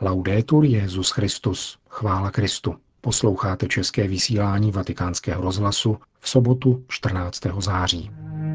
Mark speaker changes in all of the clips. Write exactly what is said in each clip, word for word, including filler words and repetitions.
Speaker 1: Laudetur Jesus Christus, chvála Kristu. Posloucháte české vysílání Vatikánského rozhlasu v sobotu čtrnáctého září.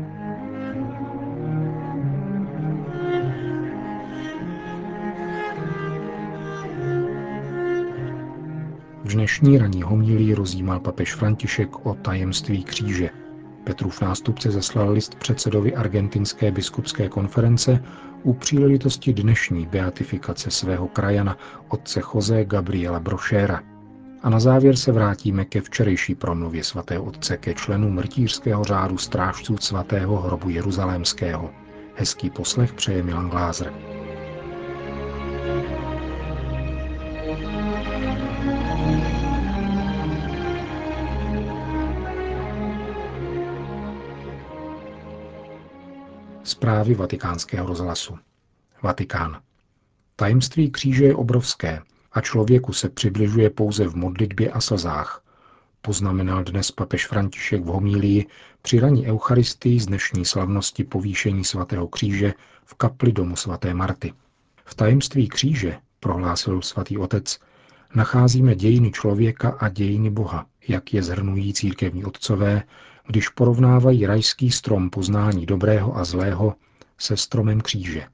Speaker 1: V dnešní ranní homílii rozjímal papež František o tajemství kříže. Petrův nástupce zaslal list předsedovi argentinské biskupské konference u příležitosti dnešní beatifikace svého krajana, otce José Gabriela Brochera. A na závěr se vrátíme ke včerejší promluvě svatého otce ke členům rytířského řádu strážců svatého hrobu jeruzalémského. Hezký poslech přeje Milan Glázer. Zprávy Vatikánského rozhlasu. Vatikán. Tajemství kříže je obrovské a člověku se přibližuje pouze v modlitbě a slzách, poznamenal dnes papež František v homílii při ranní eucharistii z dnešní slavnosti povýšení svatého kříže v kapli domu svaté Marty. V tajemství kříže, prohlásil svatý otec, nacházíme dějiny člověka a dějiny Boha, jak je shrnují církevní otcové, když porovnávají rajský strom poznání dobrého a zlého se stromem kříže.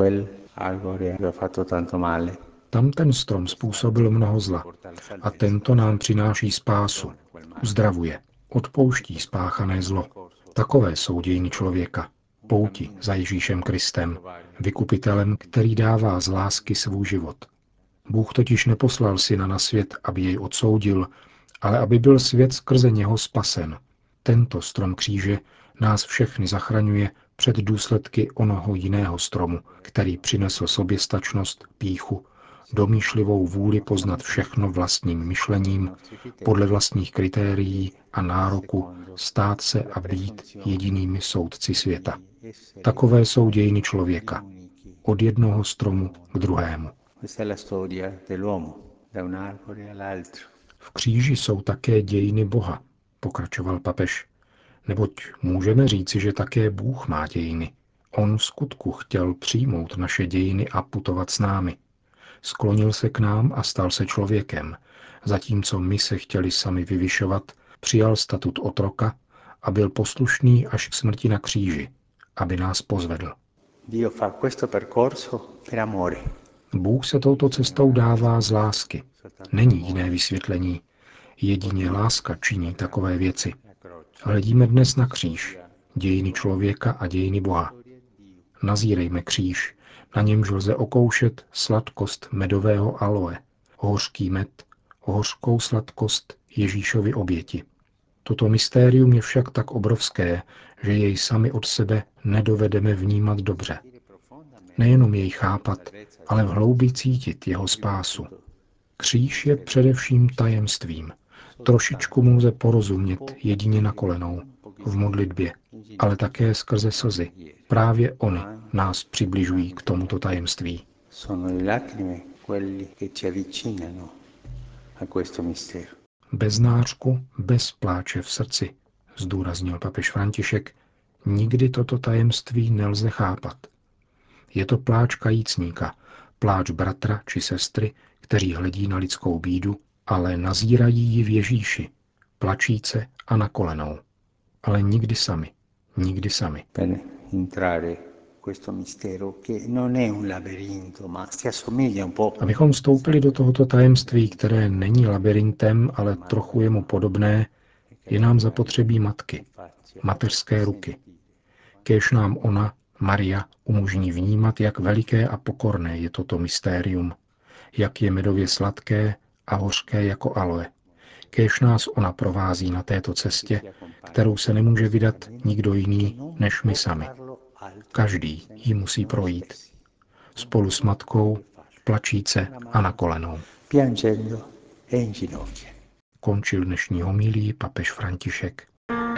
Speaker 1: Tam ten strom způsobil mnoho zla a tento nám přináší spásu, uzdravuje, odpouští spáchané zlo. Takové jsou dějiny člověka, pouti za Ježíšem Kristem, vykupitelem, který dává z lásky svůj život. Bůh totiž neposlal syna na svět, aby jej odsoudil, ale aby byl svět skrze něho spasen. Tento strom kříže nás všechny zachraňuje před důsledky onoho jiného stromu, který přinesl soběstačnost, pýchu, domýšlivou vůli poznat všechno vlastním myšlením, podle vlastních kritérií a nároku stát se a být jedinými soudci světa. Takové jsou dějiny člověka, od jednoho stromu k druhému. V kříži jsou také dějiny Boha, pokračoval papež, neboť můžeme říci, že také Bůh má dějiny. On v skutku chtěl přijmout naše dějiny a putovat s námi. Sklonil se k nám a stal se člověkem, zatímco my se chtěli sami vyvyšovat, přijal statut otroka a byl poslušný až k smrti na kříži, aby nás pozvedl. Bůh se touto cestou dává z lásky. Není jiné vysvětlení. Jedině láska činí takové věci. Hledíme dnes na kříž, dějiny člověka a dějiny Boha. Nazírejme kříž, na němž lze okoušet sladkost medového aloe, hořký med, hořkou sladkost Ježíšovy oběti. Toto mystérium je však tak obrovské, že jej sami od sebe nedovedeme vnímat dobře. Nejenom jej chápat, ale v hloubi cítit jeho spásu. Kříž je především tajemstvím. Trošičku mu lze porozumět jedině na kolenou, v modlitbě, ale také skrze slzy. Právě ony nás přibližují k tomuto tajemství. Bez nářku, bez pláče v srdci, zdůraznil papež František, nikdy toto tajemství nelze chápat. Je to pláč kajícníka, pláč bratra či sestry, kteří hledí na lidskou bídu, ale nazírají ji v Ježíši, plačíce a na kolenou. Ale nikdy sami, nikdy sami. Abychom vstoupili do tohoto tajemství, které není labirintem, ale trochu jemu podobné, je nám zapotřebí matky, mateřské ruky. Kéž nám ona, Maria, umožní vnímat, jak veliké a pokorné je toto mystérium, jak je medově sladké a hořké jako aloe. Kéž nás ona provází na této cestě, kterou se nemůže vydat nikdo jiný než my sami. Každý ji musí projít. Spolu s matkou, plačíce a na kolenou. Končil dnešní homílii papež František.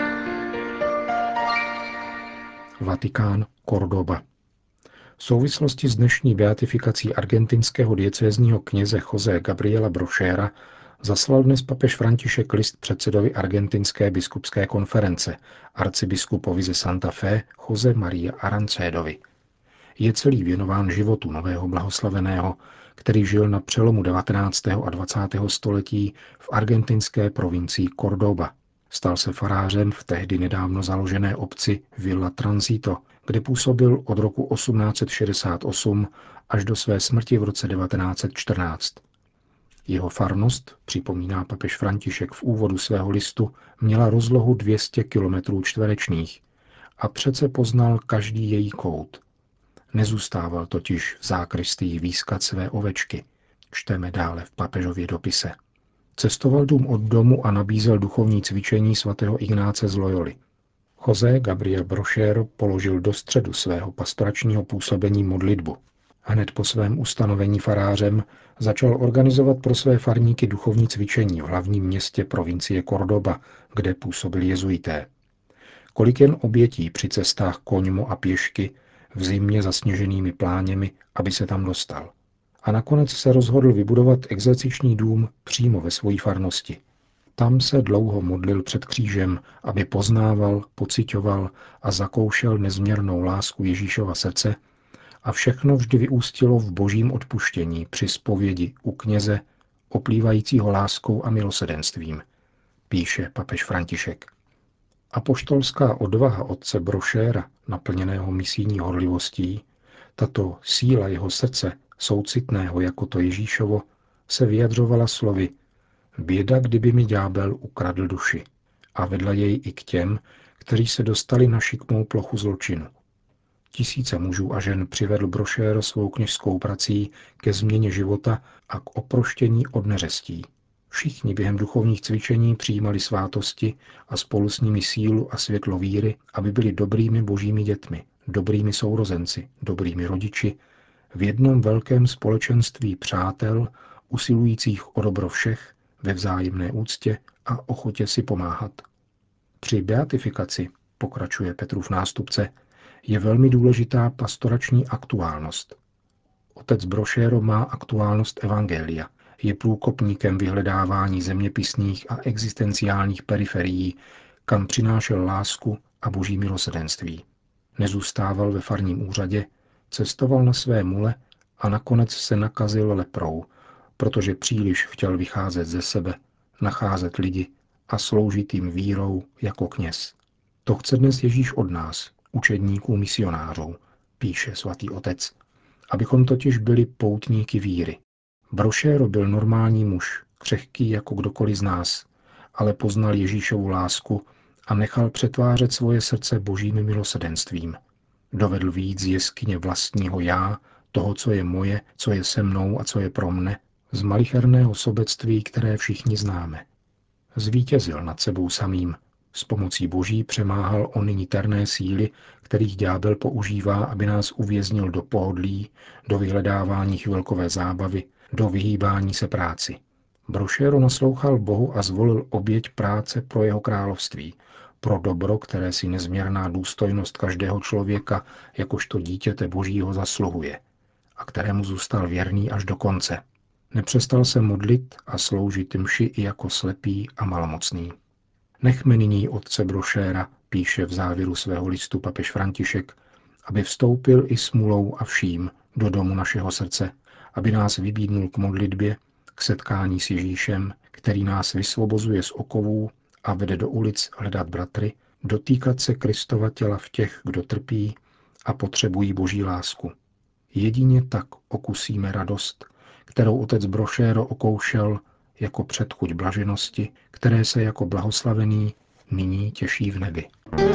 Speaker 1: Vatikán, Cordoba. V souvislosti s dnešní beatifikací argentinského diecézního kněze José Gabriela Brochera zaslal dnes papež František list předsedovi argentinské biskupské konference, arcibiskupovi ze Santa Fe José María Arancedovi. Je celý věnován životu nového blahoslaveného, který žil na přelomu devatenáctého a dvacátého století v argentinské provincii Córdoba. Stal se farářem v tehdy nedávno založené obci Villa Transito, kde působil od roku osmnáct set šedesát osm až do své smrti v roce devatenáct set čtrnáct. Jeho farnost, připomíná papež František v úvodu svého listu, měla rozlohu dvě stě kilometrů čtverečných a přece poznal každý její kout. Nezůstával totiž v zákristii výskat své ovečky, čteme dále v papežově dopise. Cestoval dům od domu a nabízel duchovní cvičení svatého Ignáce z Loyoly. José Gabriel Brochero položil do středu svého pastoračního působení modlitbu. Hned po svém ustanovení farářem začal organizovat pro své farníky duchovní cvičení v hlavním městě provincie Córdoba, kde působili jezuité. Kolik jen obětí při cestách koňmo a pěšky, v zimě zasněženými pláněmi, aby se tam dostal. A nakonec se rozhodl vybudovat exerciční dům přímo ve své farnosti. Tam se dlouho modlil před křížem, aby poznával, pociťoval a zakoušel nezměrnou lásku Ježíšova srdce, a všechno vždy vyústilo v božím odpuštění při zpovědi u kněze, oplývajícího láskou a milosedenstvím, píše papež František. Apoštolská odvaha otce Brochera, naplněného misijní horlivostí, tato síla jeho srdce, soucitného jako to Ježíšovo, se vyjadřovala slovy: běda, kdyby mi ďábel ukradl duši, a vedla jej i k těm, kteří se dostali na šikmou plochu zločinu. Tisíce mužů a žen přivedl Brochero svou kněžskou prací ke změně života a k oproštění od neřestí. Všichni během duchovních cvičení přijímali svátosti a spolu s nimi sílu a světlo víry, aby byli dobrými božími dětmi, dobrými sourozenci, dobrými rodiči, v jednom velkém společenství přátel, usilujících o dobro všech, ve vzájemné úctě a ochotě si pomáhat. Při beatifikaci, pokračuje Petrův nástupce, je velmi důležitá pastorační aktuálnost. Otec Brochero má aktuálnost evangelia, je průkopníkem vyhledávání zeměpisných a existenciálních periferií, kam přinášel lásku a boží milosrdenství. Nezůstával ve farním úřadě, cestoval na své mule a nakonec se nakazil leprou, protože příliš chtěl vycházet ze sebe, nacházet lidi a sloužit jim vírou jako kněz. To chce dnes Ježíš od nás, učedníků misionářů, píše svatý otec, abychom totiž byli poutníky víry. Brochero byl normální muž, křehký jako kdokoliv z nás, ale poznal Ježíšovu lásku a nechal přetvářet svoje srdce božím milosrdenstvím. Dovedl vyjít z jeskyně vlastního já, toho, co je moje, co je se mnou a co je pro mne, z malicherného sobectví, které všichni známe. Zvítězil nad sebou samým. S pomocí boží přemáhal ony niterné síly, kterých ďábel používá, aby nás uvěznil do pohodlí, do vyhledávání chvilkové zábavy, do vyhýbání se práci. Brochero naslouchal Bohu a zvolil oběť práce pro jeho království, pro dobro, které si nezměrná důstojnost každého člověka, jakožto dítěte božího, zasluhuje, a kterému zůstal věrný až do konce. Nepřestal se modlit a sloužit mši i jako slepý a malomocný. Nechme nyní otce Brochera, píše v závěru svého listu papež František, aby vstoupil i smulou a vším do domu našeho srdce, aby nás vybídnul k modlitbě, k setkání s Ježíšem, který nás vysvobozuje z okovů a vede do ulic hledat bratry, dotýkat se Kristova těla v těch, kdo trpí a potřebují boží lásku. Jedině tak okusíme radost, kterou otec Brochero okoušel jako předchuť blaženosti, které se jako blahoslavený nyní těší v nebi.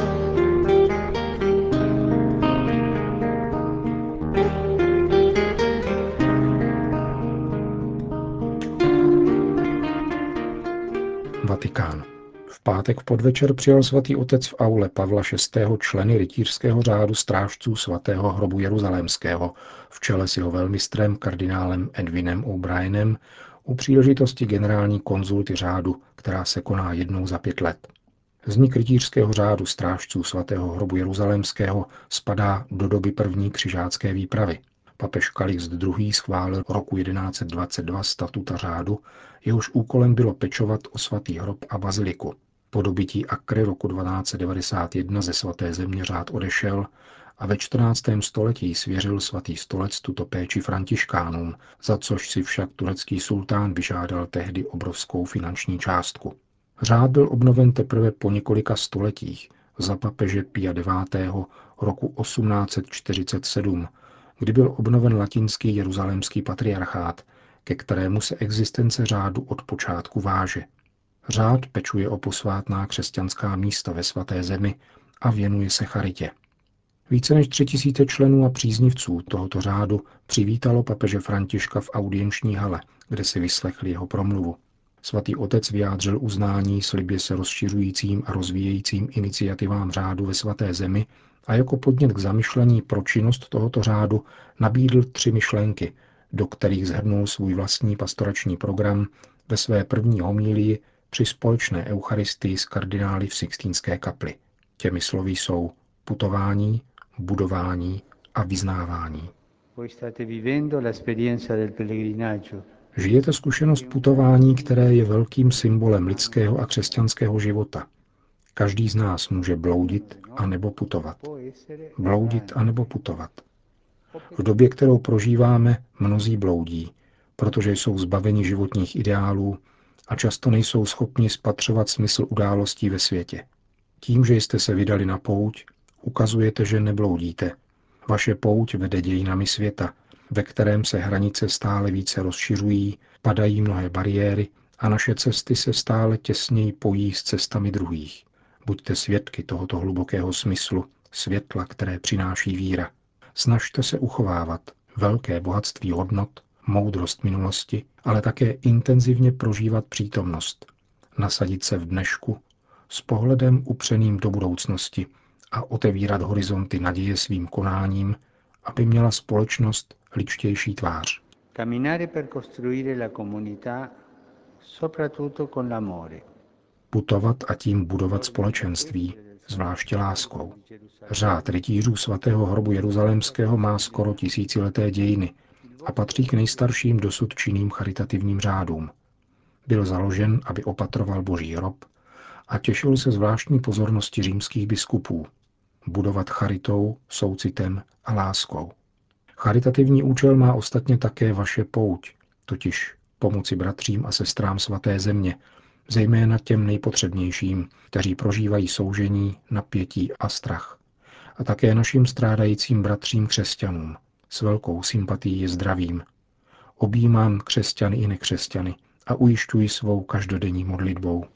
Speaker 1: Vatikán. V pátek v podvečer přijal svatý otec v aule Pavla šestého členy rytířského řádu strážců svatého hrobu jeruzalémského v čele s jeho velmistrem kardinálem Edwinem O'Brienem u příležitosti generální konzulty řádu, která se koná jednou za pět let. Vznik rytířského řádu strážců svatého hrobu jeruzalémského spadá do doby první křižácké výpravy. Papež Kalixt druhý. Schválil roku jedenáct set dvacet dva statuta řádu, jehož úkolem bylo pečovat o svatý hrob a baziliku. Po dobytí Akry roku dvanáct set devadesát jedna ze svaté země řád odešel a ve čtrnáctém století svěřil svatý stolec tuto péči františkánům, za což si však turecký sultán vyžádal tehdy obrovskou finanční částku. Řád byl obnoven teprve po několika stoletích za papeže Pia devátého. roku osmnáct set čtyřicet sedm, kdy byl obnoven latinský jeruzalémský patriarchát, ke kterému se existence řádu od počátku váže. Řád pečuje o posvátná křesťanská místa ve svaté zemi a věnuje se charitě. Více než tři tisíce členů a příznivců tohoto řádu přivítalo papeže Františka v audienční hale, kde si vyslechli jeho promluvu. Svatý otec vyjádřil uznání slibě se rozšiřujícím a rozvíjejícím iniciativám řádu ve svaté zemi a jako podnět k zamyšlení pro činnost tohoto řádu nabídl tři myšlenky, do kterých zhrnul svůj vlastní pastorační program ve své první homílii při společné eucharistii s kardinály v Sixtínské kapli. Těmi slovy jsou putování, budování a vyznávání. Žijete zkušenost putování, které je velkým symbolem lidského a křesťanského života. Každý z nás může bloudit anebo putovat. Bloudit anebo putovat. V době, kterou prožíváme, mnozí bloudí, protože jsou zbaveni životních ideálů a často nejsou schopni spatřovat smysl událostí ve světě. Tím, že jste se vydali na pouť, ukazujete, že nebloudíte. Vaše pouť vede dějinami světa, ve kterém se hranice stále více rozšiřují, padají mnohé bariéry a naše cesty se stále těsněji pojí s cestami druhých. Buďte svědky tohoto hlubokého smyslu, světla, které přináší víra. Snažte se uchovávat velké bohatství hodnot, moudrost minulosti, ale také intenzivně prožívat přítomnost. Nasadit se v dnešku s pohledem upřeným do budoucnosti a otevírat horizonty naděje svým konáním, aby měla společnost ličtější tvář. Putovat a tím budovat společenství, zvláště láskou. Řád rytířů svatého hrobu jeruzalémského má skoro tisícileté dějiny a patří k nejstarším dosud činným charitativním řádům. Byl založen, aby opatroval Boží hrob a těšil se zvláštní pozornosti římských biskupů. Budovat charitou, soucitem a láskou. Charitativní účel má ostatně také vaše pouť, totiž pomoci bratřím a sestrám svaté země, zejména těm nejpotřebnějším, kteří prožívají soužení, napětí a strach. A také našim strádajícím bratřím křesťanům, s velkou sympatií a zdravím. Objímám křesťany i nekřesťany a ujišťuji svou každodenní modlitbou.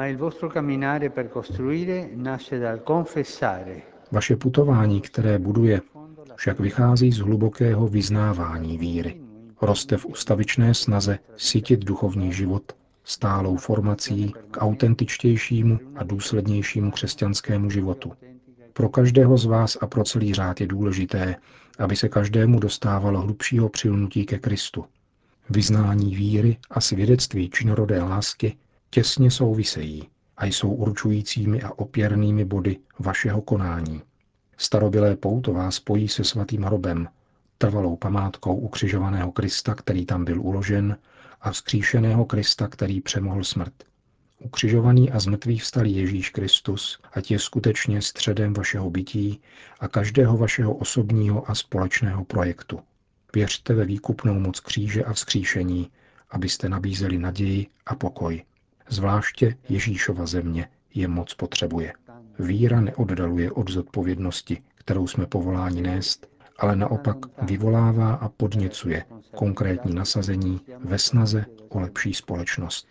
Speaker 1: Vaše putování, které buduje, však vychází z hlubokého vyznávání víry. Roste v ustavičné snaze sytit duchovní život stálou formací k autentičtějšímu a důslednějšímu křesťanskému životu. Pro každého z vás a pro celý řád je důležité, aby se každému dostávalo hlubšího přilnutí ke Kristu. Vyznání víry a svědectví činorodé lásky těsně souvisejí a jsou určujícími a opěrnými body vašeho konání. Starobylé pouto vás spojí se svatým hrobem, trvalou památkou ukřižovaného Krista, který tam byl uložen, a vzkříšeného Krista, který přemohl smrt. Ukřižovaný a zmrtvých vstalý Ježíš Kristus, ať je skutečně středem vašeho bytí a každého vašeho osobního a společného projektu. Věřte ve výkupnou moc kříže a vzkříšení, abyste nabízeli naději a pokoj. Zvláště Ježíšova země je moc potřebuje. Víra neoddaluje od zodpovědnosti, kterou jsme povoláni nést, ale naopak vyvolává a podněcuje konkrétní nasazení ve snaze o lepší společnost.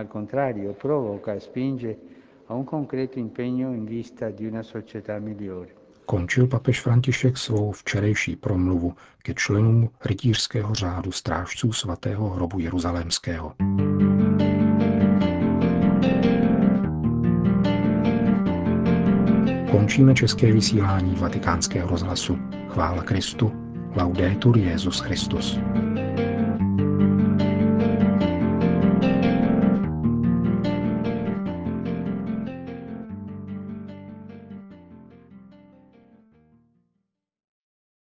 Speaker 1: Končil papež František svou včerejší promluvu ke členům rytířského řádu strážců svatého hrobu jeruzalémského. Končíme české vysílání Vatikánského rozhlasu. Chvála Kristu. Laudetur Jesus Christus.